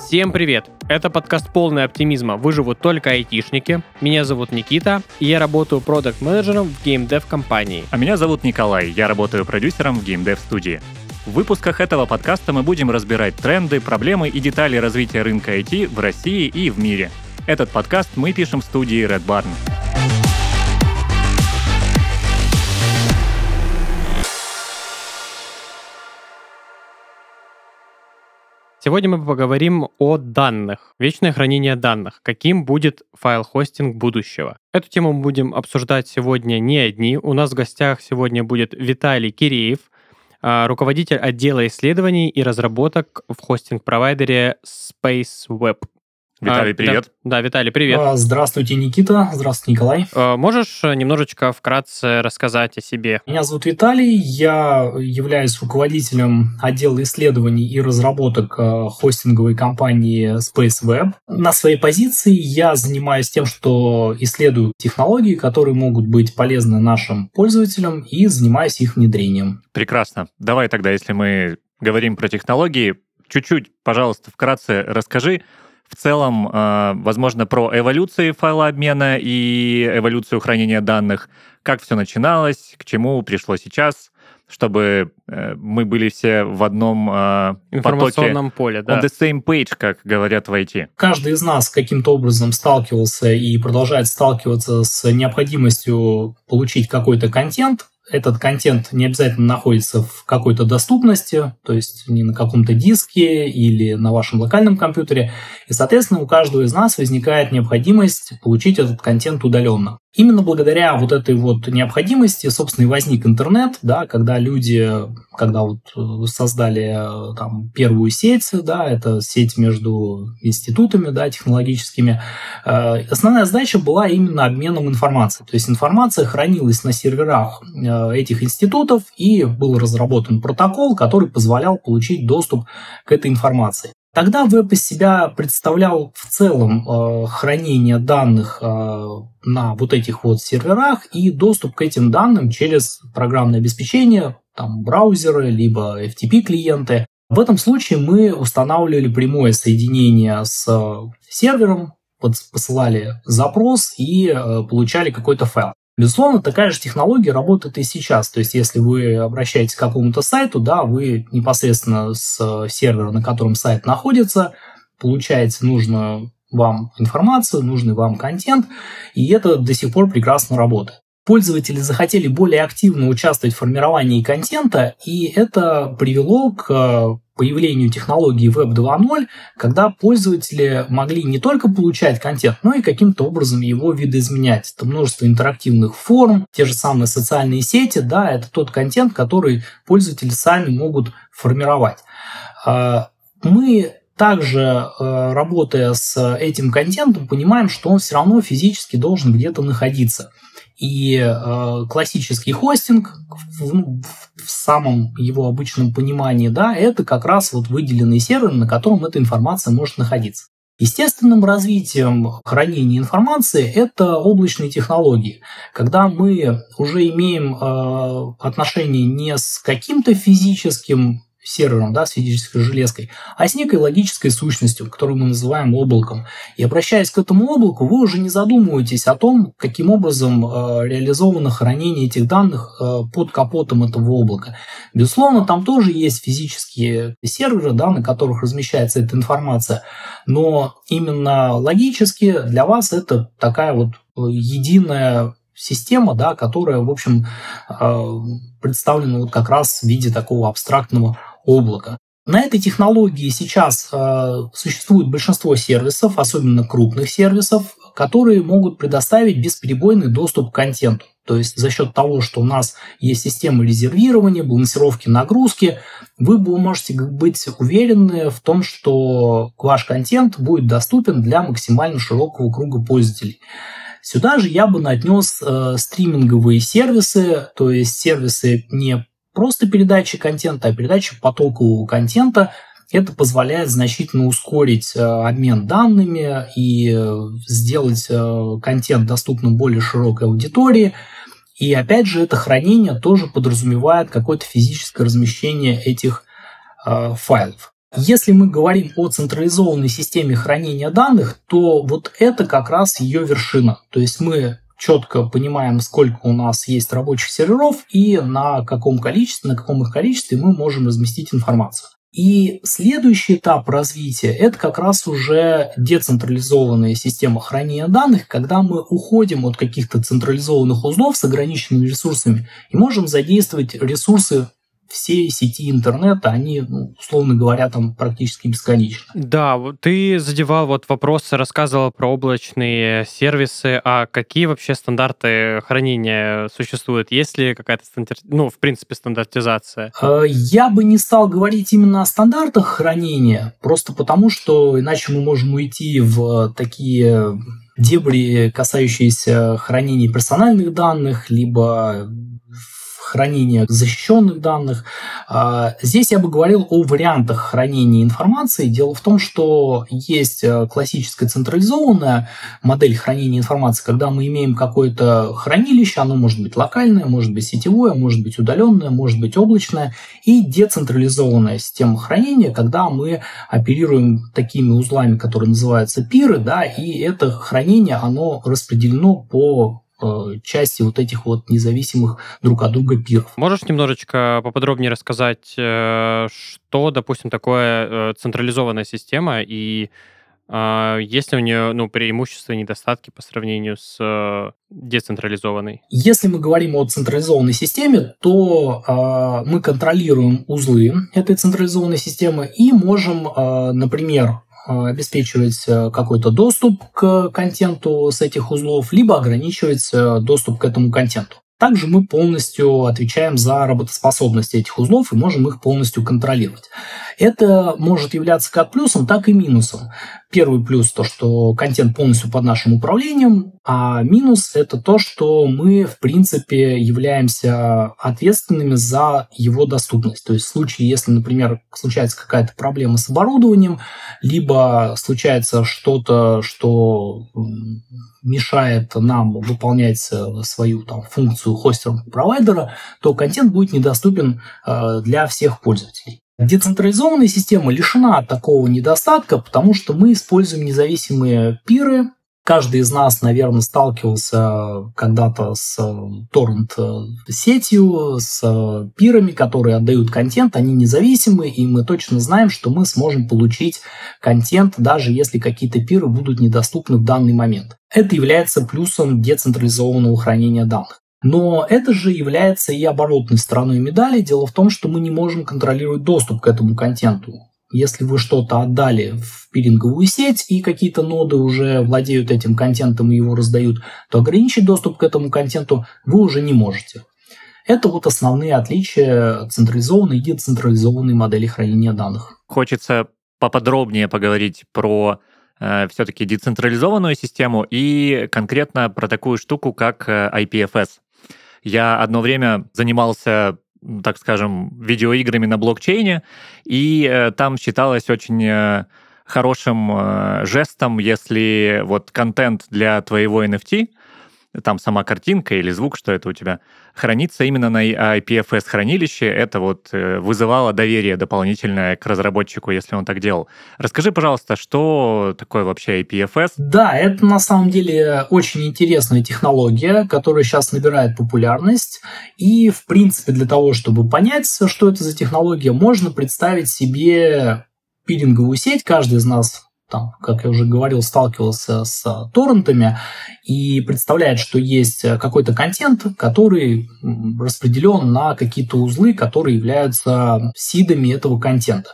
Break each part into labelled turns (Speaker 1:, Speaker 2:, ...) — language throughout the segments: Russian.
Speaker 1: Всем привет! Это подкаст «Полный оптимизма. Выживут только айтишники». Меня зовут Никита, и я работаю продакт-менеджером в геймдев-компании.
Speaker 2: А меня зовут Николай, я работаю продюсером в геймдев-студии. В выпусках этого подкаста мы будем разбирать тренды, проблемы и детали развития рынка IT в России и в мире. Этот подкаст мы пишем в студии Red Barn.
Speaker 1: Сегодня мы поговорим о данных, вечное хранение данных, каким будет файл-хостинг будущего. Эту тему мы будем обсуждать сегодня не одни. У нас в гостях сегодня будет Виталий Киреев, руководитель отдела исследований и разработок в хостинг-провайдере SpaceWeb.
Speaker 2: Виталий, привет.
Speaker 1: Да, Виталий, привет.
Speaker 3: Здравствуйте, Никита. Здравствуйте, Николай.
Speaker 1: Можешь немножечко вкратце рассказать о себе?
Speaker 3: Меня зовут Виталий. Я являюсь руководителем отдела исследований и разработок хостинговой компании SpaceWeb. На своей позиции я занимаюсь тем, что исследую технологии, которые могут быть полезны нашим пользователям, и занимаюсь их внедрением.
Speaker 2: Прекрасно. Давай тогда, если мы говорим про технологии, чуть-чуть, пожалуйста, вкратце расскажи, в целом, возможно, про эволюцию файлообмена и эволюцию хранения данных, как все начиналось, к чему пришло сейчас, чтобы мы были все в одном
Speaker 1: информационном поле, да.
Speaker 2: On the same page, как говорят в IT.
Speaker 3: Каждый из нас каким-то образом сталкивался и продолжает сталкиваться с необходимостью получить какой-то контент. Этот контент не обязательно находится в какой-то доступности, то есть не на каком-то диске или на вашем локальном компьютере. И, соответственно, у каждого из нас возникает необходимость получить этот контент удаленно. Именно благодаря вот этой вот необходимости, собственно, и возник интернет, да, когда люди, создали там первую сеть, да, это сеть между институтами, да, технологическими, основная задача была именно обменом информацией. То есть информация хранилась на серверах этих институтов, и был разработан протокол, который позволял получить доступ к этой информации. Тогда веб из себя представлял в целом хранение данных на вот этих вот серверах и доступ к этим данным через программное обеспечение, там браузеры, либо FTP-клиенты. В этом случае мы устанавливали прямое соединение с сервером, посылали запрос и получали какой-то файл. Безусловно, такая же технология работает и сейчас. То есть, если вы обращаетесь к какому-то сайту, да, вы непосредственно с сервера, на котором сайт находится, получаете нужную вам информацию, нужный вам контент, и это до сих пор прекрасно работает. Пользователи захотели более активно участвовать в формировании контента, и это привело к появлению технологии Web 2.0, когда пользователи могли не только получать контент, но и каким-то образом его видоизменять. Это множество интерактивных форм, те же самые социальные сети, да, это тот контент, который пользователи сами могут формировать. Мы также, работая с этим контентом, понимаем, что он все равно физически должен где-то находиться. И классический хостинг в самом его обычном понимании, да, это как раз вот выделенный сервер, на котором эта информация может находиться. Естественным развитием хранения информации это облачные технологии, когда мы уже имеем отношение не с каким-то физическим сервером, да, с физической железкой, а с некой логической сущностью, которую мы называем облаком. И обращаясь к этому облаку, вы уже не задумываетесь о том, каким образом реализовано хранение этих данных под капотом этого облака. Безусловно, там тоже есть физические серверы, да, на которых размещается эта информация, но именно логически для вас это такая вот единая система, да, которая, в общем, представлена вот как раз в виде такого абстрактного облака. На этой технологии сейчас существует большинство сервисов, особенно крупных сервисов, которые могут предоставить бесперебойный доступ к контенту. То есть за счет того, что у нас есть система резервирования, балансировки нагрузки, вы можете быть уверены в том, что ваш контент будет доступен для максимально широкого круга пользователей. Сюда же я бы отнес стриминговые сервисы, то есть сервисы не просто передачи контента, а передачи потокового контента. Это позволяет значительно ускорить обмен данными и сделать контент доступным более широкой аудитории. И опять же, это хранение тоже подразумевает какое-то физическое размещение этих файлов. Если мы говорим о централизованной системе хранения данных, то вот это как раз ее вершина. То есть мы четко понимаем, сколько у нас есть рабочих серверов и на каком их количестве мы можем разместить информацию. И следующий этап развития – это как раз уже децентрализованная система хранения данных, когда мы уходим от каких-то централизованных узлов с ограниченными ресурсами и можем задействовать ресурсы всей сети интернета, они, условно говоря, там практически бесконечны.
Speaker 1: Да, ты задевал вопросы, рассказывал про облачные сервисы, а какие вообще стандарты хранения существуют? Есть ли какая-то в принципе, стандартизация?
Speaker 3: Я бы не стал говорить именно о стандартах хранения, просто потому что иначе мы можем уйти в такие дебри, касающиеся хранения персональных данных, либо хранения защищенных данных. Здесь я бы говорил о вариантах хранения информации. Дело в том, что есть классическая централизованная модель хранения информации, когда мы имеем какое-то хранилище, оно может быть локальное, может быть сетевое, может быть удаленное, может быть облачное, и децентрализованная система хранения, когда мы оперируем такими узлами, которые называются пиры, да, и это хранение, оно распределено по части вот этих независимых друг от друга пиров.
Speaker 1: Можешь немножечко поподробнее рассказать, что, допустим, такое централизованная система и есть ли у нее преимущества и недостатки по сравнению с децентрализованной?
Speaker 3: Если мы говорим о централизованной системе, то мы контролируем узлы этой централизованной системы и можем, например, обеспечивать какой-то доступ к контенту с этих узлов, либо ограничивать доступ к этому контенту. Также мы полностью отвечаем за работоспособность этих узлов и можем их полностью контролировать. Это может являться как плюсом, так и минусом. Первый плюс – то, что контент полностью под нашим управлением, а минус – это то, что мы, в принципе, являемся ответственными за его доступность. То есть в случае, если, например, случается какая-то проблема с оборудованием, либо случается что-то, что мешает нам выполнять свою функцию хостера-провайдера, то контент будет недоступен для всех пользователей. Децентрализованная система лишена такого недостатка, потому что мы используем независимые пиры. Каждый из нас, наверное, сталкивался когда-то с торрент-сетью, с пирами, которые отдают контент, они независимы, и мы точно знаем, что мы сможем получить контент, даже если какие-то пиры будут недоступны в данный момент. Это является плюсом децентрализованного хранения данных. Но это же является и оборотной стороной медали. Дело в том, что мы не можем контролировать доступ к этому контенту. Если вы что-то отдали в пиринговую сеть, и какие-то ноды уже владеют этим контентом и его раздают, то ограничить доступ к этому контенту вы уже не можете. Это основные отличия централизованной и децентрализованной модели хранения данных.
Speaker 2: Хочется поподробнее поговорить про все-таки децентрализованную систему и конкретно про такую штуку, как IPFS. Я одно время занимался, так скажем, видеоиграми на блокчейне, и там считалось очень хорошим жестом, если контент для твоего NFT, там сама картинка или звук, что это у тебя, хранится именно на IPFS-хранилище. Это вызывало доверие дополнительное к разработчику, если он так делал. Расскажи, пожалуйста, что такое вообще IPFS?
Speaker 3: Да, это на самом деле очень интересная технология, которая сейчас набирает популярность. И, в принципе, для того, чтобы понять, что это за технология, можно представить себе пиринговую сеть. Каждый из нас, как я уже говорил, сталкивался с торрентами и представляет, что есть какой-то контент, который распределен на какие-то узлы, которые являются сидами этого контента.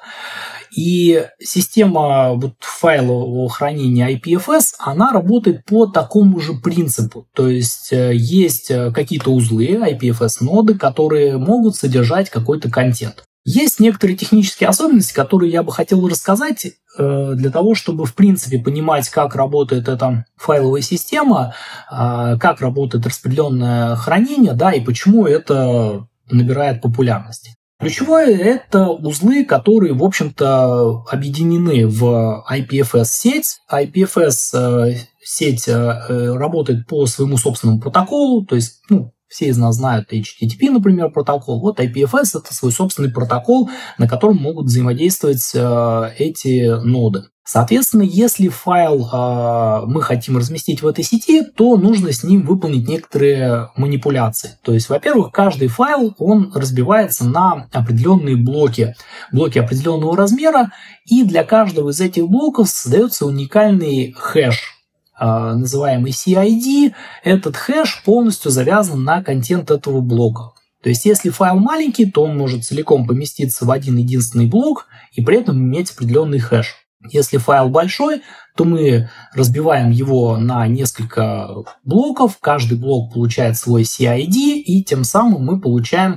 Speaker 3: И система файлового хранения IPFS, она работает по такому же принципу. То есть есть какие-то узлы, IPFS-ноды, которые могут содержать какой-то контент. Есть некоторые технические особенности, которые я бы хотел рассказать для того, чтобы, в принципе, понимать, как работает эта файловая система, как работает распределенное хранение, и почему это набирает популярность. Ключевое – это узлы, которые, в общем-то, объединены в IPFS-сеть. IPFS-сеть работает по своему собственному протоколу, то есть, Все из нас знают HTTP, например, протокол. Вот IPFS – это свой собственный протокол, на котором могут взаимодействовать эти ноды. Соответственно, если файл мы хотим разместить в этой сети, то нужно с ним выполнить некоторые манипуляции. То есть, во-первых, каждый файл, он разбивается на определенные блоки определенного размера, и для каждого из этих блоков создается уникальный хэш, называемый CID. Этот хэш полностью завязан на контент этого блока. То есть, если файл маленький, то он может целиком поместиться в один единственный блок и при этом иметь определенный хэш. Если файл большой, то мы разбиваем его на несколько блоков, каждый блок получает свой CID, и тем самым мы получаем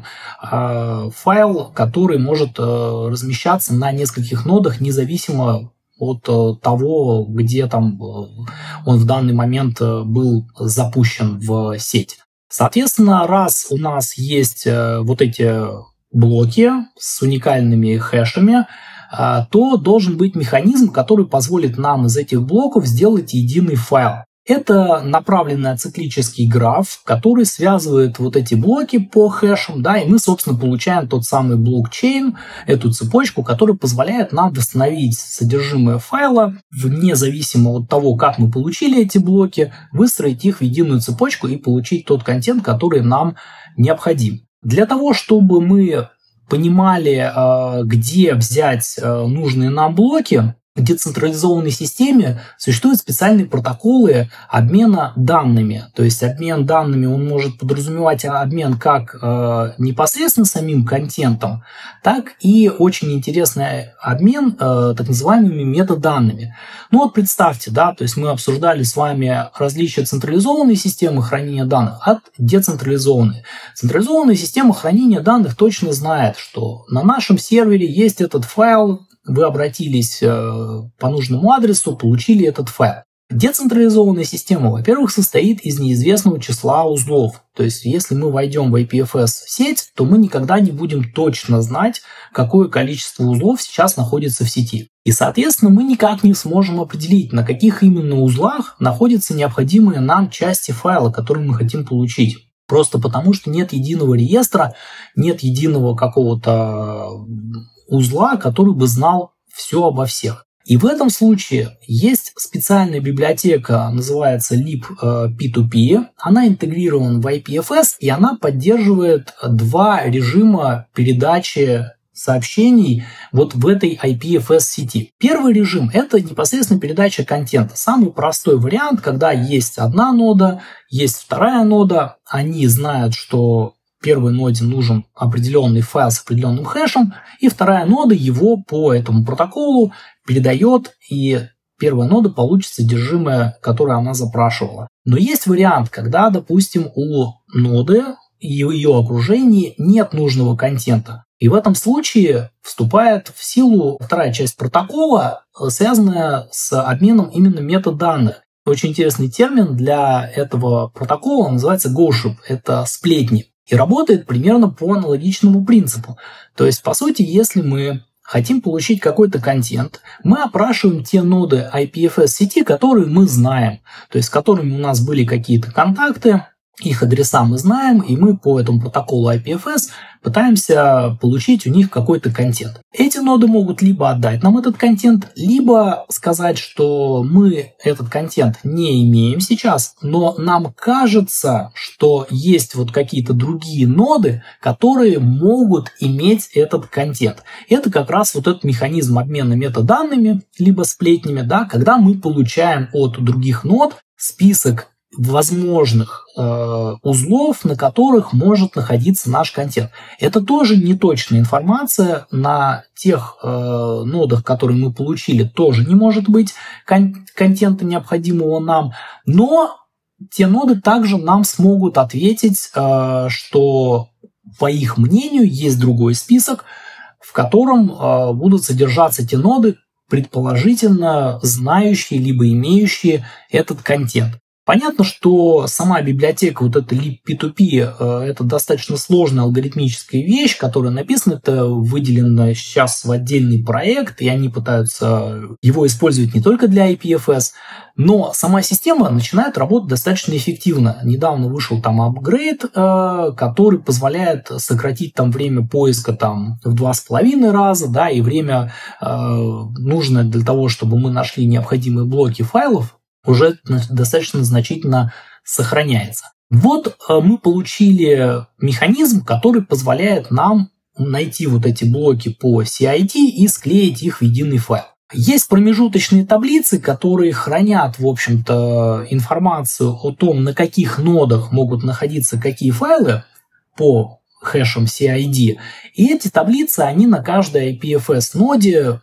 Speaker 3: файл, который может размещаться на нескольких нодах, независимо от того, где там он в данный момент был запущен в сеть. Соответственно, раз у нас есть вот эти блоки с уникальными хэшами, то должен быть механизм, который позволит нам из этих блоков сделать единый файл. Это направленный ациклический граф, который связывает вот эти блоки по хэшам, да, и мы, собственно, получаем тот самый блокчейн, эту цепочку, которая позволяет нам восстановить содержимое файла, вне зависимости от того, как мы получили эти блоки, выстроить их в единую цепочку и получить тот контент, который нам необходим. Для того, чтобы мы понимали, где взять нужные нам блоки, в децентрализованной системе существуют специальные протоколы обмена данными. То есть обмен данными, он может подразумевать обмен как непосредственно самим контентом, так и очень интересный обмен так называемыми метаданными. Ну вот представьте, да, то есть мы обсуждали с вами различия централизованной системы хранения данных от децентрализованной. Централизованная система хранения данных точно знает, что на нашем сервере есть этот файл, вы обратились по нужному адресу, получили этот файл. Децентрализованная система, во-первых, состоит из неизвестного числа узлов. То есть, если мы войдем в IPFS-сеть, то мы никогда не будем точно знать, какое количество узлов сейчас находится в сети. И, соответственно, мы никак не сможем определить, на каких именно узлах находятся необходимые нам части файла, которые мы хотим получить. Просто потому, что нет единого реестра, нет единого какого-то узла, который бы знал все обо всех. И в этом случае есть специальная библиотека, называется libp2p. Она интегрирована в IPFS, и она поддерживает два режима передачи сообщений вот в этой IPFS-сети. Первый режим – это непосредственно передача контента. Самый простой вариант, когда есть одна нода, есть вторая нода, они знают, что первой ноде нужен определенный файл с определенным хэшем, и вторая нода его по этому протоколу передает, и первая нода получит содержимое, которое она запрашивала. Но есть вариант, когда, допустим, у ноды и ее окружении нет нужного контента. И в этом случае вступает в силу вторая часть протокола, связанная с обменом именно метаданных. Очень интересный термин для этого протокола называется gossip, это сплетни. И работает примерно по аналогичному принципу. То есть, по сути, если мы хотим получить какой-то контент, мы опрашиваем те ноды IPFS-сети, которые мы знаем, то есть с которыми у нас были какие-то контакты, их адреса мы знаем, и мы по этому протоколу IPFS пытаемся получить у них какой-то контент. Эти ноды могут либо отдать нам этот контент, либо сказать, что мы этот контент не имеем сейчас, но нам кажется, что есть вот какие-то другие ноды, которые могут иметь этот контент. Это как раз вот этот механизм обмена метаданными, либо сплетнями, да, когда мы получаем от других нод список возможных узлов, на которых может находиться наш контент. Это тоже неточная информация. На тех нодах, которые мы получили, тоже не может быть контента, необходимого нам. Но те ноды также нам смогут ответить, что, по их мнению, есть другой список, в котором будут содержаться те ноды, предположительно знающие либо имеющие этот контент. Понятно, что сама библиотека, вот эта libp2p, это достаточно сложная алгоритмическая вещь, которая написана, это выделено сейчас в отдельный проект, и они пытаются его использовать не только для IPFS, но сама система начинает работать достаточно эффективно. Недавно вышел там апгрейд, который позволяет сократить там время поиска там в 2,5 раза, да, и время нужное для того, чтобы мы нашли необходимые блоки файлов, уже достаточно значительно сохраняется. Вот мы получили механизм, который позволяет нам найти вот эти блоки по CID и склеить их в единый файл. Есть промежуточные таблицы, которые хранят, в общем-то, информацию о том, на каких нодах могут находиться какие файлы по хэшам CID. И эти таблицы, они на каждой IPFS-ноде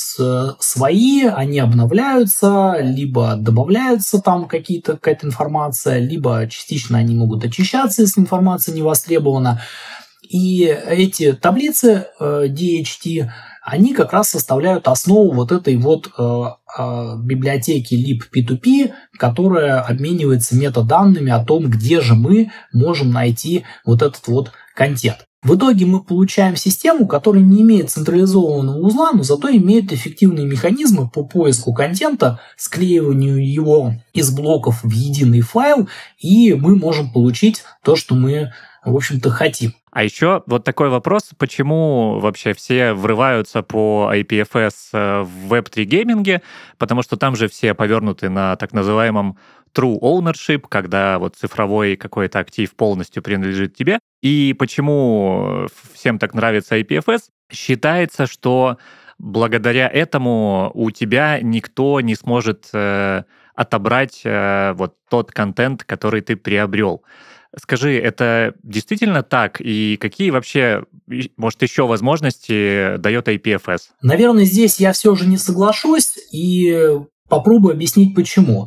Speaker 3: свои, они обновляются, либо добавляются там какая-то информация, либо частично они могут очищаться, если информация не востребована. И эти таблицы DHT, они как раз составляют основу вот этой вот библиотеки libp2p, которая обменивается метаданными о том, где же мы можем найти вот этот вот контент. В итоге мы получаем систему, которая не имеет централизованного узла, но зато имеет эффективные механизмы по поиску контента, склеиванию его из блоков в единый файл, и мы можем получить то, что мы, в общем-то, хотим.
Speaker 2: А еще вот такой вопрос, почему вообще все врываются по IPFS в Web3 гейминге, потому что там же все повернуты на так называемом true ownership, когда вот цифровой какой-то актив полностью принадлежит тебе. И почему всем так нравится IPFS? Считается, что благодаря этому у тебя никто не сможет отобрать вот тот контент, который ты приобрел. Скажи, это действительно так? И какие вообще, может, еще возможности дает IPFS?
Speaker 3: Наверное, здесь я все же не соглашусь и попробую объяснить, почему.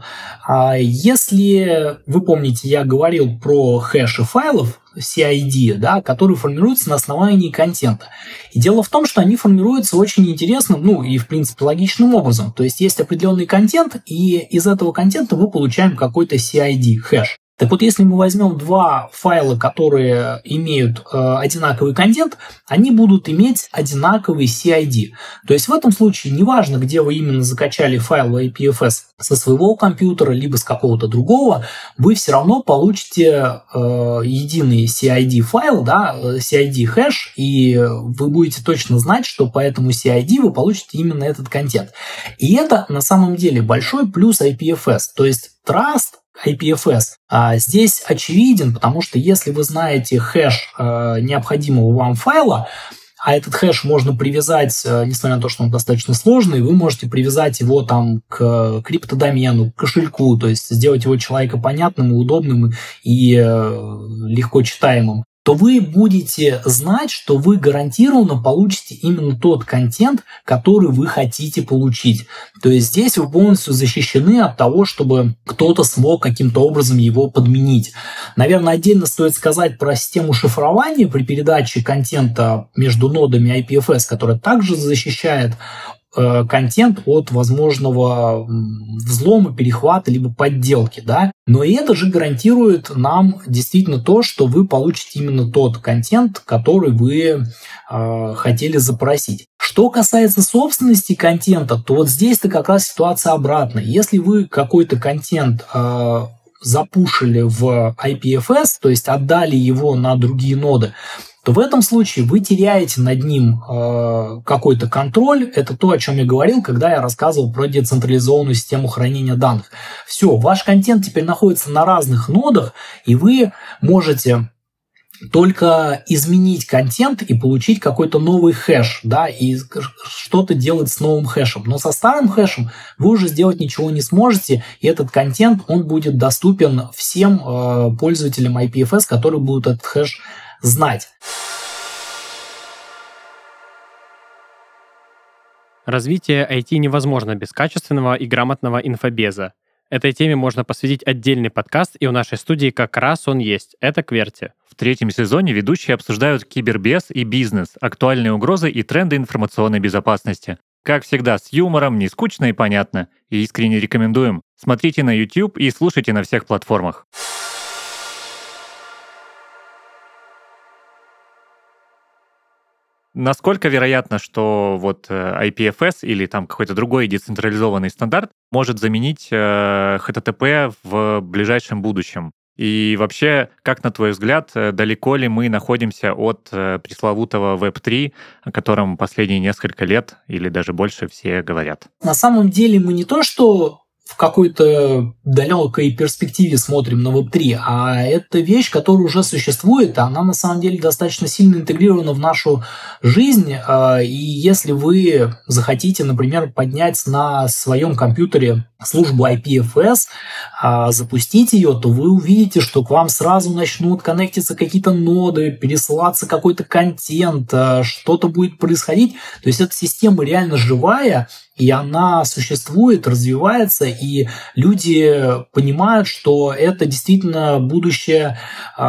Speaker 3: Если вы помните, я говорил про хэши файлов CID, да, которые формируются на основании контента. И дело в том, что они формируются очень интересным, и, в принципе, логичным образом. То есть определенный контент, и из этого контента мы получаем какой-то CID, хэш. Так вот, если мы возьмем два файла, которые имеют одинаковый контент, они будут иметь одинаковый CID. То есть в этом случае неважно, где вы именно закачали файл в IPFS, со своего компьютера, либо с какого-то другого, вы все равно получите единый CID файл, да, CID хэш, и вы будете точно знать, что по этому CID вы получите именно этот контент. И это на самом деле большой плюс IPFS, то есть Trust IPFS здесь очевиден, потому что если вы знаете хэш необходимого вам файла, а этот хэш можно привязать, несмотря на то, что он достаточно сложный, вы можете привязать его там к криптодомену, к кошельку, то есть сделать его человека понятным и удобным и легко читаемым, то вы будете знать, что вы гарантированно получите именно тот контент, который вы хотите получить. То есть здесь вы полностью защищены от того, чтобы кто-то смог каким-то образом его подменить. Наверное, отдельно стоит сказать про систему шифрования при передаче контента между нодами IPFS, которая также защищает контент от возможного взлома, перехвата либо подделки, да. Но и это же гарантирует нам действительно то, что вы получите именно тот контент, который вы хотели запросить. Что касается собственности контента, то вот здесь-то как раз ситуация обратная. Если вы какой-то контент запушили в IPFS, то есть отдали его на другие ноды, то в этом случае вы теряете над ним какой-то контроль. Это то, о чем я говорил, когда я рассказывал про децентрализованную систему хранения данных. Все, ваш контент теперь находится на разных нодах, и вы можете только изменить контент и получить какой-то новый хэш, да, и что-то делать с новым хэшем. Но со старым хэшем вы уже сделать ничего не сможете, и этот контент, он будет доступен всем пользователям IPFS, которые будут этот хэш знать.
Speaker 1: Развитие IT невозможно без качественного и грамотного инфобеза. Этой теме можно посвятить отдельный подкаст, и у нашей студии как раз он есть. Это Кверти.
Speaker 2: В 3-м сезоне ведущие обсуждают кибербез и бизнес, актуальные угрозы и тренды информационной безопасности. Как всегда, с юмором, не скучно и понятно. И искренне рекомендуем. Смотрите на YouTube и слушайте на всех платформах. Насколько вероятно, что вот IPFS или там какой-то другой децентрализованный стандарт может заменить HTTP в ближайшем будущем? И вообще, как на твой взгляд, далеко ли мы находимся от пресловутого Web3, о котором последние несколько лет или даже больше все говорят?
Speaker 3: На самом деле мы не то, что в какой-то далекой перспективе смотрим на Web3, а это вещь, которая уже существует, она на самом деле достаточно сильно интегрирована в нашу жизнь, и если вы захотите, например, поднять на своем компьютере службу IPFS, запустить ее, то вы увидите, что к вам сразу начнут коннектиться какие-то ноды, пересылаться какой-то контент, что-то будет происходить. То есть эта система реально живая, и она существует, развивается, и люди понимают, что это действительно будущее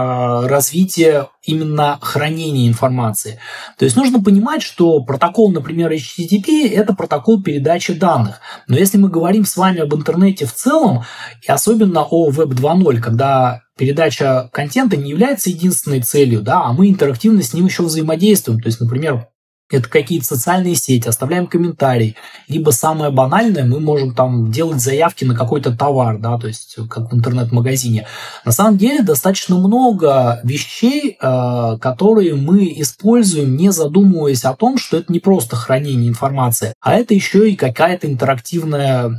Speaker 3: развитие именно хранения информации. То есть нужно понимать, что протокол, например, HTTP – это протокол передачи данных. Но если мы говорим с вами об интернете в целом, и особенно о Web 2.0, когда передача контента не является единственной целью, да, а мы интерактивно с ним еще взаимодействуем. То есть, например, это какие-то социальные сети, оставляем комментарий. Либо самое банальное, мы можем там делать заявки на какой-то товар, да, то есть как в интернет-магазине. На самом деле достаточно много вещей, которые мы используем, не задумываясь о том, что это не просто хранение информации, а это еще и какие-то интерактивные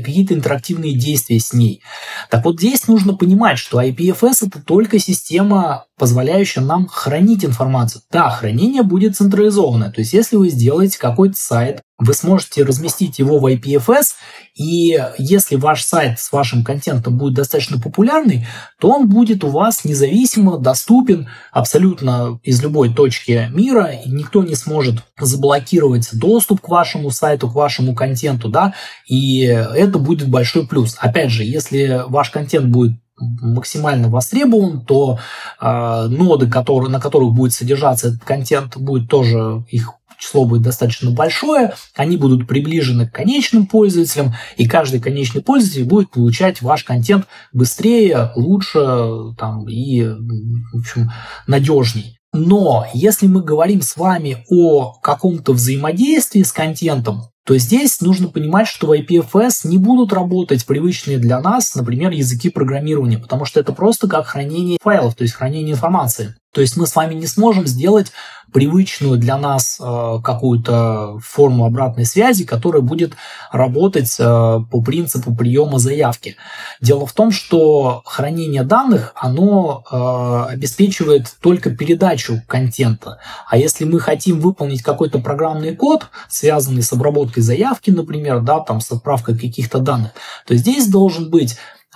Speaker 3: действия с ней. Так вот, здесь нужно понимать, что IPFS – это только система, позволяющая нам хранить информацию. Да, хранение будет централизованное. То есть, если вы сделаете какой-то сайт, вы сможете разместить его в IPFS, и если ваш сайт с вашим контентом будет достаточно популярный, то он будет у вас независимо доступен абсолютно из любой точки мира, и никто не сможет заблокировать доступ к вашему сайту, к вашему контенту, да, и это будет большой плюс. Опять же, если ваш контент будет максимально востребован, то ноды, на которых будет содержаться этот контент, будет тоже, их число будет достаточно большое, они будут приближены к конечным пользователям, и каждый конечный пользователь будет получать ваш контент быстрее, лучше там, и, в общем, надежней. Но если мы говорим с вами о каком-то взаимодействии с контентом, то здесь нужно понимать, что в IPFS не будут работать привычные для нас, например, языки программирования, потому что это просто как хранение файлов, то есть хранение информации. То есть мы с вами не сможем сделать привычную для нас какую-то форму обратной связи, которая будет работать по принципу приема заявки. Дело в том, что хранение данных, оно обеспечивает только передачу контента. А если мы хотим выполнить какой-то программный код, связанный с обработкой заявки, например, да, там, с отправкой каких-то данных, то здесь должен быть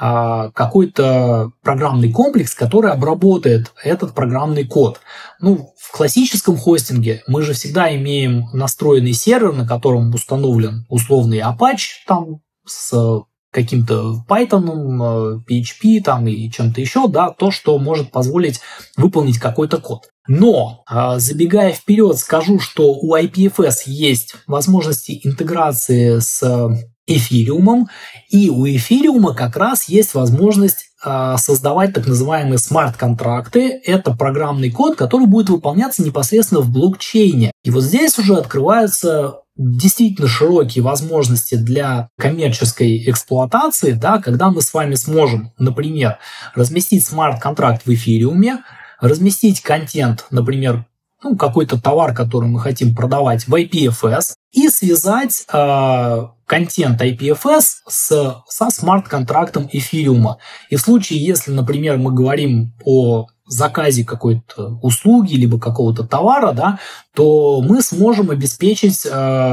Speaker 3: какой-то программный комплекс, который обработает этот программный код. Ну, в классическом хостинге мы же всегда имеем настроенный сервер, на котором установлен условный Apache там, с каким-то Python, PHP там, и чем-то еще, да, то, что может позволить выполнить какой-то код. Но, забегая вперед, скажу, что у IPFS есть возможности интеграции с эфириумом, и у эфириума как раз есть возможность создавать так называемые смарт-контракты. Это программный код, который будет выполняться непосредственно в блокчейне. И вот здесь уже открываются действительно широкие возможности для коммерческой эксплуатации, да, когда мы с вами сможем, например, разместить смарт-контракт в эфириуме, разместить контент, например, какой-то товар, который мы хотим продавать, в IPFS, и связать контент IPFS со смарт-контрактом эфириума. И в случае, если, например, мы говорим о заказе какой-то услуги либо какого-то товара, да, то мы сможем обеспечить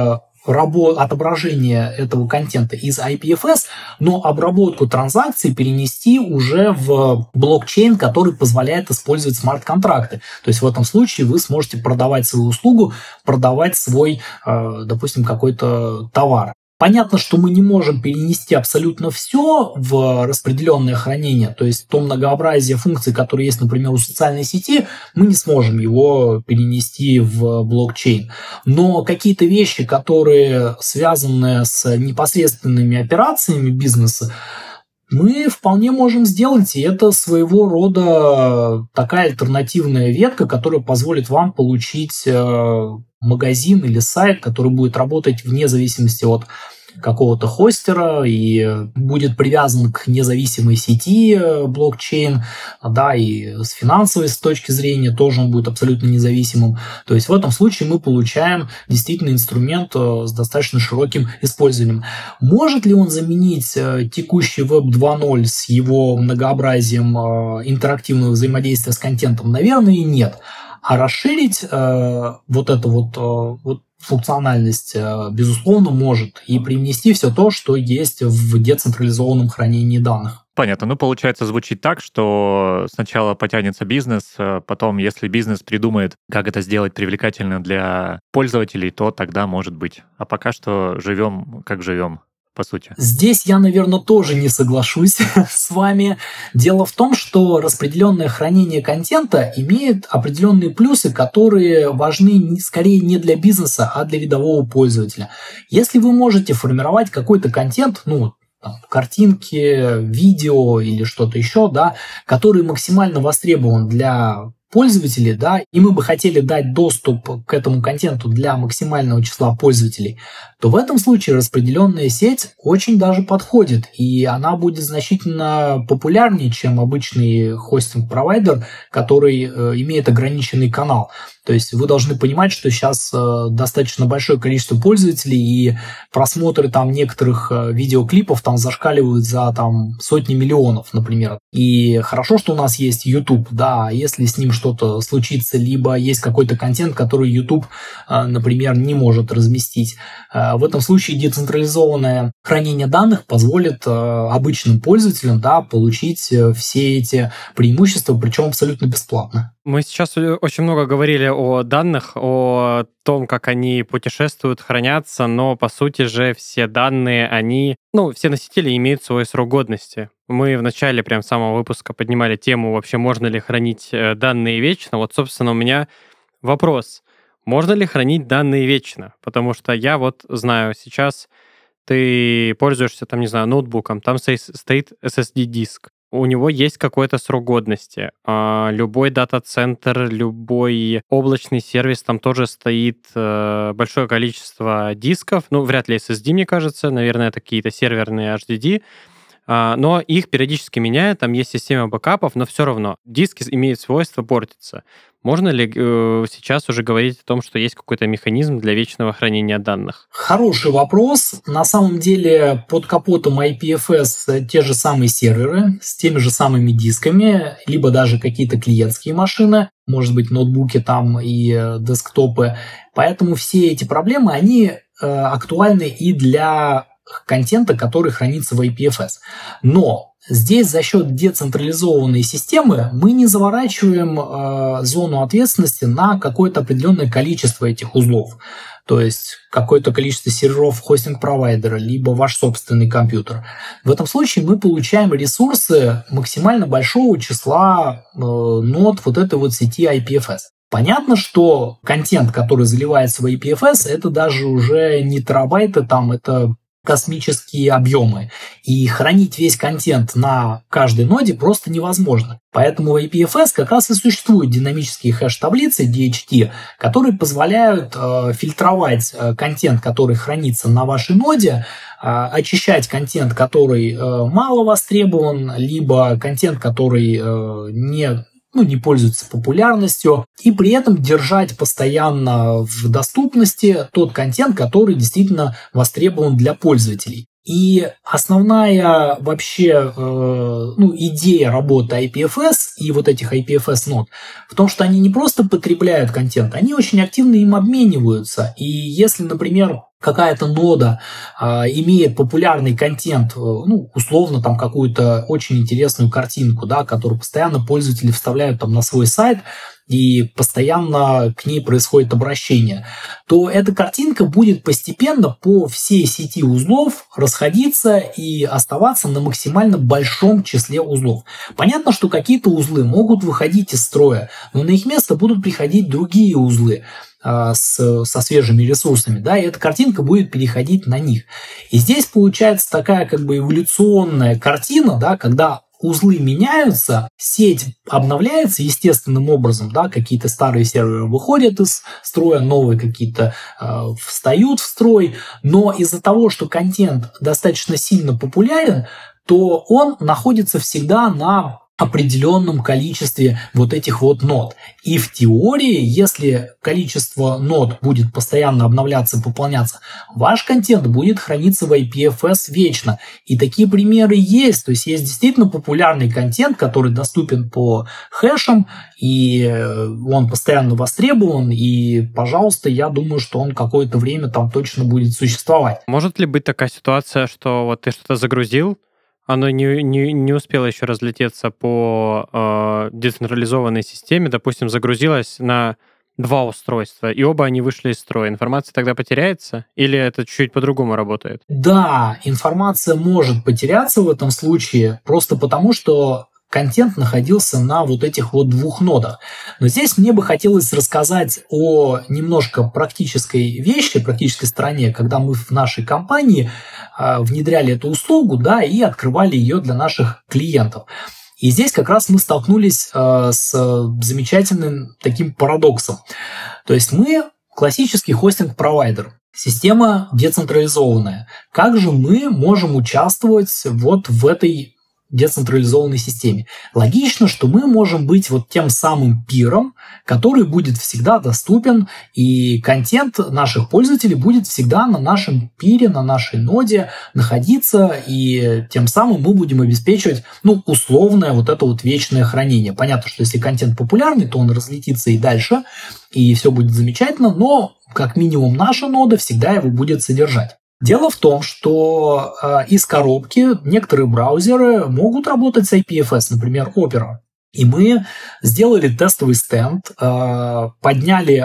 Speaker 3: отображение этого контента из IPFS, но обработку транзакций перенести уже в блокчейн, который позволяет использовать смарт-контракты. То есть в этом случае вы сможете продавать свою услугу, продавать свой, допустим, какой-то товар. Понятно, что мы не можем перенести абсолютно все в распределенное хранение, то есть то многообразие функций, которые есть, например, у социальной сети, мы не сможем его перенести в блокчейн. Но какие-то вещи, которые связаны с непосредственными операциями бизнеса, мы вполне можем сделать, и это своего рода такая альтернативная ветка, которая позволит вам получить магазин или сайт, который будет работать вне зависимости от какого-то хостера и будет привязан к независимой сети блокчейн, да, и с финансовой точки зрения тоже он будет абсолютно независимым. То есть в этом случае мы получаем действительно инструмент с достаточно широким использованием. Может ли он заменить текущий Web 2.0 с его многообразием интерактивного взаимодействия с контентом? Наверное, и нет. А расширить вот эту функциональность, безусловно, может и привнести все то, что есть в децентрализованном хранении данных.
Speaker 2: Понятно. Получается, звучит так, что сначала потянется бизнес, потом, если бизнес придумает, как это сделать привлекательно для пользователей, то тогда может быть. А пока что живем, как живем. По сути.
Speaker 3: Здесь я, наверное, тоже не соглашусь с вами. Дело в том, что распределенное хранение контента имеет определенные плюсы, которые важны скорее не для бизнеса, а для рядового пользователя. Если вы можете формировать какой-то контент, картинки, видео или что-то еще, да, который максимально востребован для пользователей, да, и мы бы хотели дать доступ к этому контенту для максимального числа пользователей, то в этом случае распределенная сеть очень даже подходит, и она будет значительно популярнее, чем обычный хостинг-провайдер, который имеет ограниченный канал. То есть вы должны понимать, что сейчас достаточно большое количество пользователей, и просмотры там некоторых видеоклипов там зашкаливают за сотни миллионов, например. И хорошо, что у нас есть YouTube, да, если с ним что-то случится, либо есть какой-то контент, который YouTube, например, не может разместить. В этом случае децентрализованное хранение данных позволит обычным пользователям, да, получить все эти преимущества, причем абсолютно бесплатно.
Speaker 1: Мы сейчас очень много говорили о данных, о том, как они путешествуют, хранятся, но, по сути же, все данные, все носители имеют свой срок годности. Мы в начале прям самого выпуска поднимали тему, вообще можно ли хранить данные вечно. Собственно, у меня вопрос. Можно ли хранить данные вечно? Потому что я знаю, сейчас ты пользуешься, ноутбуком, там стоит SSD-диск. У него есть какой-то срок годности. Любой дата-центр, любой облачный сервис, там тоже стоит большое количество дисков. Вряд ли SSD, мне кажется. Наверное, это какие-то серверные HDD. Но их периодически меняют, там есть система бэкапов, но все равно диски имеют свойство портиться. Можно ли сейчас уже говорить о том, что есть какой-то механизм для вечного хранения данных?
Speaker 3: Хороший вопрос. На самом деле под капотом IPFS те же самые серверы с теми же самыми дисками, либо даже какие-то клиентские машины, может быть, ноутбуки там и десктопы. Поэтому все эти проблемы, они актуальны и для контента, который хранится в IPFS. Но здесь за счет децентрализованной системы мы не заворачиваем зону ответственности на какое-то определенное количество этих узлов. То есть какое-то количество серверов хостинг-провайдера, либо ваш собственный компьютер. В этом случае мы получаем ресурсы максимально большого числа нод этой сети IPFS. Понятно, что контент, который заливается в IPFS, это даже уже не терабайты, это космические объемы. И хранить весь контент на каждой ноде просто невозможно. Поэтому в IPFS как раз и существуют динамические хэш-таблицы DHT, которые позволяют фильтровать контент, который хранится на вашей ноде, очищать контент, который мало востребован, либо контент, который не пользуется популярностью, и при этом держать постоянно в доступности тот контент, который действительно востребован для пользователей. И основная вообще идея работы IPFS и этих IPFS-нод в том, что они не просто потребляют контент, они очень активно им обмениваются. И если, например, какая-то нода имеет популярный контент, условно какую-то очень интересную картинку, да, которую постоянно пользователи вставляют на свой сайт, и постоянно к ней происходит обращение, то эта картинка будет постепенно по всей сети узлов расходиться и оставаться на максимально большом числе узлов. Понятно, что какие-то узлы могут выходить из строя, но на их место будут приходить другие узлы со свежими ресурсами, да, и эта картинка будет переходить на них. И здесь получается такая как бы эволюционная картина, да, когда узлы меняются, сеть обновляется естественным образом, да, какие-то старые серверы выходят из строя, новые какие-то встают в строй, но из-за того, что контент достаточно сильно популярен, то он находится всегда на определенном количестве вот этих вот нод. И в теории, если количество нод будет постоянно обновляться, пополняться, ваш контент будет храниться в IPFS вечно. И такие примеры есть. То есть есть действительно популярный контент, который доступен по хэшам, и он постоянно востребован, и, пожалуйста, я думаю, что он какое-то время там точно будет существовать.
Speaker 1: Может ли быть такая ситуация, что вот ты что-то загрузил, оно не успело еще разлететься по децентрализованной системе, допустим, загрузилось на 2 устройства, и оба они вышли из строя. Информация тогда потеряется? Или это чуть-чуть по-другому работает?
Speaker 3: Да, информация может потеряться в этом случае, просто потому что контент находился на вот этих вот 2 нодах. Но здесь мне бы хотелось рассказать о немножко практической вещи, практической стороне, когда мы в нашей компании внедряли эту услугу, да, и открывали ее для наших клиентов. И здесь как раз мы столкнулись с замечательным таким парадоксом. То есть мы классический хостинг-провайдер, система децентрализованная. Как же мы можем участвовать вот в этой децентрализованной системе? Логично, что мы можем быть вот тем самым пиром, который будет всегда доступен, и контент наших пользователей будет всегда на нашем пире, на нашей ноде находиться, и тем самым мы будем обеспечивать, условное вот это вот вечное хранение. Понятно, что если контент популярный, то он разлетится и дальше, и все будет замечательно, но как минимум наша нода всегда его будет содержать. Дело в том, что из коробки некоторые браузеры могут работать с IPFS, например, Opera. И мы сделали тестовый стенд, подняли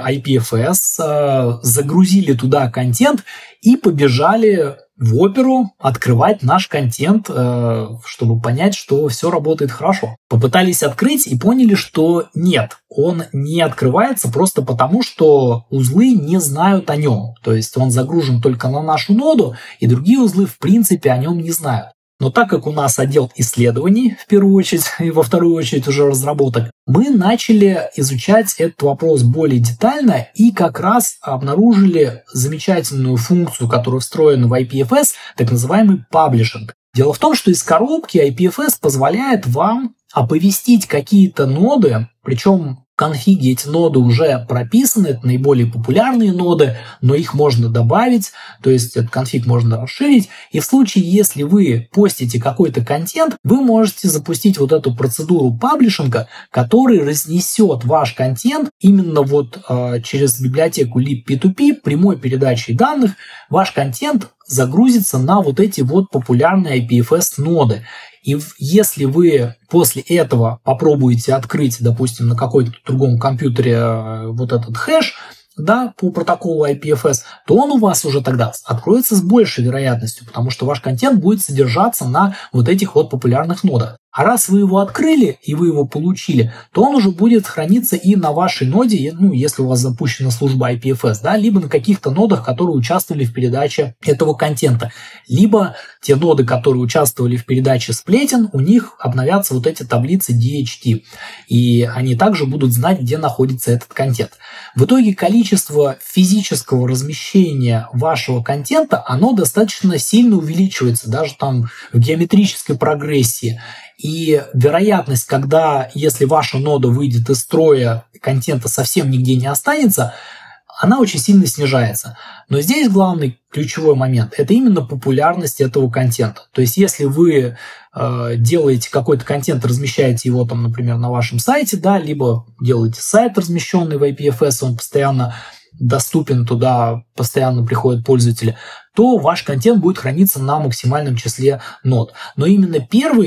Speaker 3: IPFS, загрузили туда контент и побежали в Оперу открывать наш контент, чтобы понять, что все работает хорошо. Попытались открыть и поняли, что нет, он не открывается просто потому, что узлы не знают о нем. То есть он загружен только на нашу ноду, и другие узлы в принципе о нем не знают. Но так как у нас отдел исследований, в первую очередь, и во вторую очередь уже разработок, мы начали изучать этот вопрос более детально и как раз обнаружили замечательную функцию, которая встроена в IPFS, так называемый паблишинг. Дело в том, что из коробки IPFS позволяет вам оповестить какие-то ноды, причем в конфиге эти ноды уже прописаны, это наиболее популярные ноды, но их можно добавить, то есть этот конфиг можно расширить, и в случае, если вы постите какой-то контент, вы можете запустить вот эту процедуру паблишинга, который разнесет ваш контент именно вот через библиотеку libp2p, прямой передачей данных, ваш контент загрузится на вот эти вот популярные IPFS ноды. И если вы после этого попробуете открыть, допустим, на какой-то другом компьютере вот этот хэш, да, по протоколу IPFS, то он у вас уже тогда откроется с большей вероятностью, потому что ваш контент будет содержаться на вот этих вот популярных нодах. А раз вы его открыли и вы его получили, то он уже будет храниться и на вашей ноде, если у вас запущена служба IPFS, да, либо на каких-то нодах, которые участвовали в передаче этого контента. Либо те ноды, которые участвовали в передаче сплетен, у них обновятся вот эти таблицы DHT. И они также будут знать, где находится этот контент. В итоге количество физического размещения вашего контента, оно достаточно сильно увеличивается, даже там в геометрической прогрессии. И вероятность, если ваша нода выйдет из строя, контента совсем нигде не останется, она очень сильно снижается. Но здесь главный ключевой момент – это именно популярность этого контента. То есть если вы делаете какой-то контент, размещаете его, там, например, на вашем сайте, да, либо делаете сайт, размещенный в IPFS, он постоянно доступен, туда постоянно приходят пользователи, то ваш контент будет храниться на максимальном числе нод. Но именно первый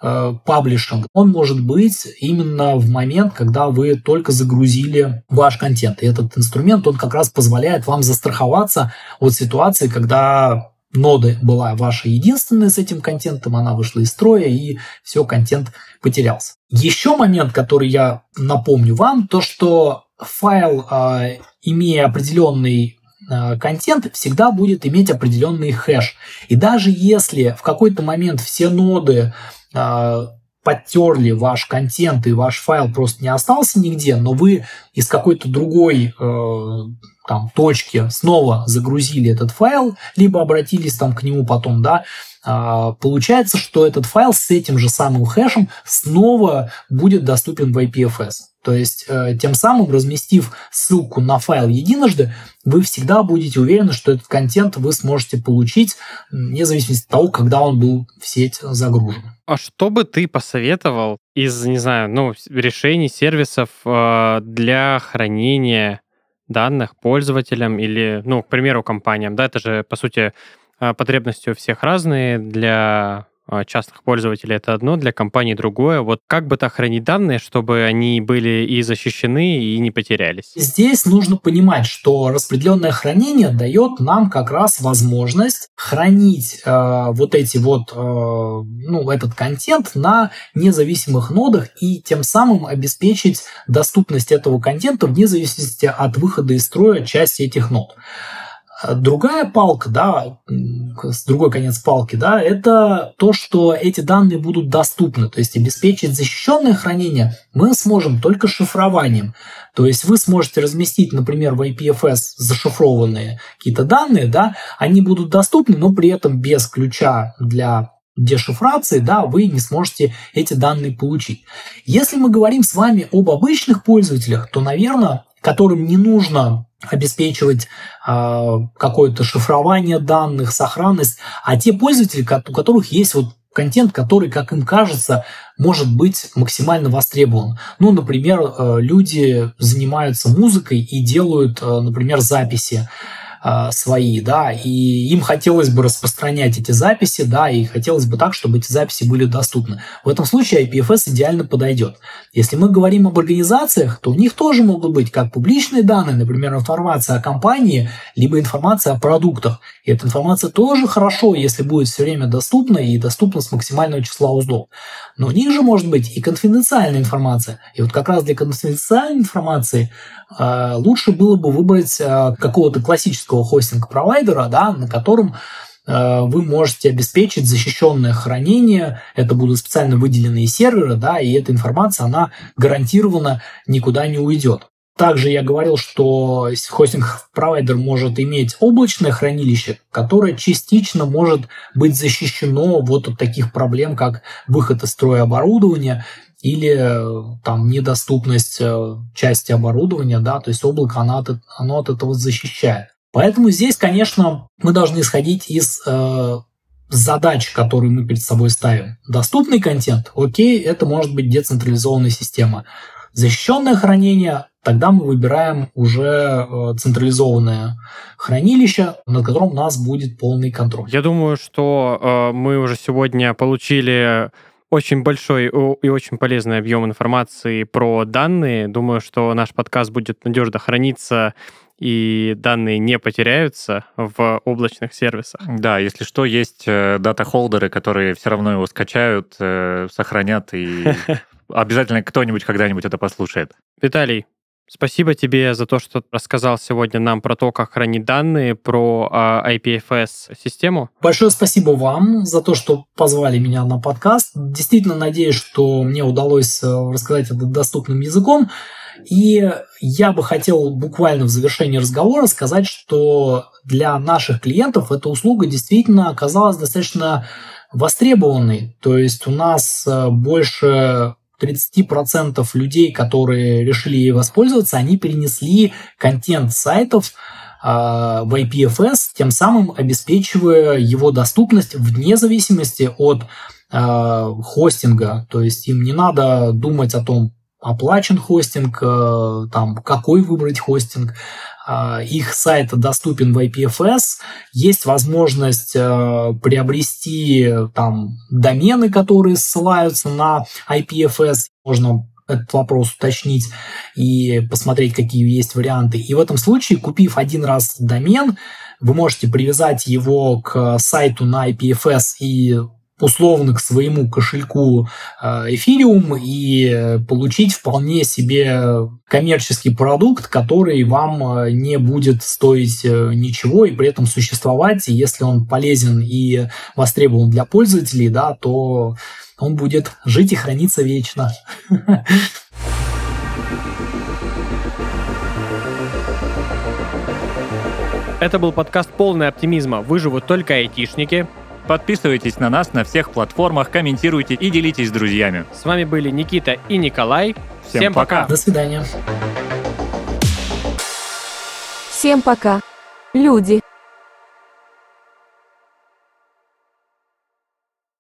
Speaker 3: паблишинг, он может быть именно в момент, когда вы только загрузили ваш контент. И этот инструмент, он как раз позволяет вам застраховаться от ситуации, когда нода была ваша единственная с этим контентом, она вышла из строя, и все, контент потерялся. Еще момент, который я напомню вам, то что файл, имея определенный контент, всегда будет иметь определенный хэш. И даже если в какой-то момент все ноды подтерли ваш контент, и ваш файл просто не остался нигде, но вы из какой-то другой точки снова загрузили этот файл, либо обратились к нему потом, да, получается, что этот файл с этим же самым хэшем снова будет доступен в IPFS. То есть, тем самым, разместив ссылку на файл единожды, вы всегда будете уверены, что этот контент вы сможете получить, вне зависимости от того, когда он был в сеть загружен.
Speaker 1: А что бы ты посоветовал из, решений, сервисов для хранения данных пользователям или, к примеру, компаниям? Да, это же, по сути, потребности у всех разные. Для частных пользователей это одно, для компаний другое. Вот как бы так хранить данные, чтобы они были и защищены, и не потерялись?
Speaker 3: Здесь нужно понимать, что распределенное хранение дает нам как раз возможность хранить этот контент на независимых нодах и тем самым обеспечить доступность этого контента вне зависимости от выхода из строя части этих нод. Другая палка, другой конец палки, это то, что эти данные будут доступны. То есть обеспечить защищенное хранение мы сможем только шифрованием. То есть вы сможете разместить, например, в IPFS зашифрованные какие-то данные, они будут доступны, но при этом без ключа для дешифрации, вы не сможете эти данные получить. Если мы говорим с вами об обычных пользователях, то, наверное, которым не нужно обеспечивать какое-то шифрование данных, сохранность, а те пользователи, у которых есть контент, который, как им кажется, может быть максимально востребован. Например, люди занимаются музыкой и делают, например, записи свои, и им хотелось бы распространять эти записи, и хотелось бы так, чтобы эти записи были доступны. В этом случае IPFS идеально подойдет. Если мы говорим об организациях, то у них тоже могут быть как публичные данные, например, информация о компании, либо информация о продуктах. И эта информация тоже хорошо, если будет все время доступна и доступна с максимального числа узлов. Но у них же может быть и конфиденциальная информация. И как раз для конфиденциальной информации лучше было бы выбрать какого-то классического хостинг-провайдера, на котором вы можете обеспечить защищенное хранение. Это будут специально выделенные серверы, и эта информация, она гарантированно никуда не уйдет. Также я говорил, что хостинг-провайдер может иметь облачное хранилище, которое частично может быть защищено от таких проблем, как выход из строя оборудования или недоступность части оборудования, то есть облако оно от этого защищает. Поэтому здесь, конечно, мы должны исходить из задач, которые мы перед собой ставим. Доступный контент, окей, это может быть децентрализованная система. Защищенное хранение, тогда мы выбираем уже централизованное хранилище, над которым у нас будет полный контроль.
Speaker 1: Я думаю, что мы уже сегодня получили очень большой и очень полезный объем информации про данные. Думаю, что наш подкаст будет надежно храниться, и данные не потеряются в облачных сервисах.
Speaker 2: Да, если что, есть дата-холдеры, которые все равно его скачают, сохранят, и обязательно кто-нибудь когда-нибудь это послушает.
Speaker 1: Виталий, спасибо тебе за то, что рассказал сегодня нам про то, как хранить данные, про IPFS-систему.
Speaker 3: Большое спасибо вам за то, что позвали меня на подкаст. Действительно надеюсь, что мне удалось рассказать это доступным языком. И я бы хотел буквально в завершении разговора сказать, что для наших клиентов эта услуга действительно оказалась достаточно востребованной. То есть у нас больше 30% людей, которые решили ей воспользоваться, они перенесли контент сайтов в IPFS, тем самым обеспечивая его доступность вне зависимости от хостинга. То есть им не надо думать о том, оплачен хостинг, какой выбрать хостинг. их сайт доступен в IPFS, есть возможность приобрести там домены, которые ссылаются на IPFS, можно этот вопрос уточнить и посмотреть, какие есть варианты. И в этом случае, купив один раз домен, вы можете привязать его к сайту на IPFS и условно к своему кошельку Ethereum и получить вполне себе коммерческий продукт, который вам не будет стоить ничего и при этом существовать. И если он полезен и востребован для пользователей, да, то он будет жить и храниться вечно.
Speaker 1: Это был подкаст «Полный оптимизма. Выживут только айтишники».
Speaker 2: Подписывайтесь на нас на всех платформах, комментируйте и делитесь с друзьями.
Speaker 1: С вами были Никита и Николай. Всем пока.
Speaker 3: До свидания.
Speaker 4: Всем пока, люди.